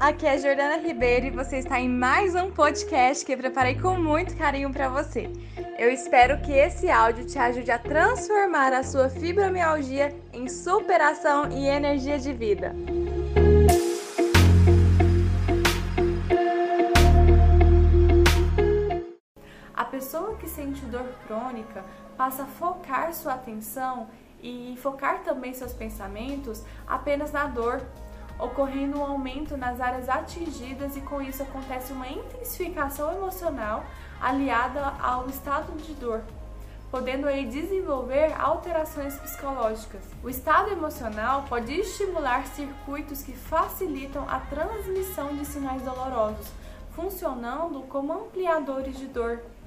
Aqui é a Jordana Ribeiro e você está em mais um podcast que eu preparei com muito carinho para você. Eu espero que esse áudio te ajude a transformar a sua fibromialgia em superação e energia de vida. A pessoa que sente dor crônica passa a focar sua atenção e focar também seus pensamentos apenas na dor, ocorrendo um aumento nas áreas atingidas e com isso acontece uma intensificação emocional aliada ao estado de dor, podendo aí desenvolver alterações psicológicas. O estado emocional pode estimular circuitos que facilitam a transmissão de sinais dolorosos, funcionando como ampliadores de dor.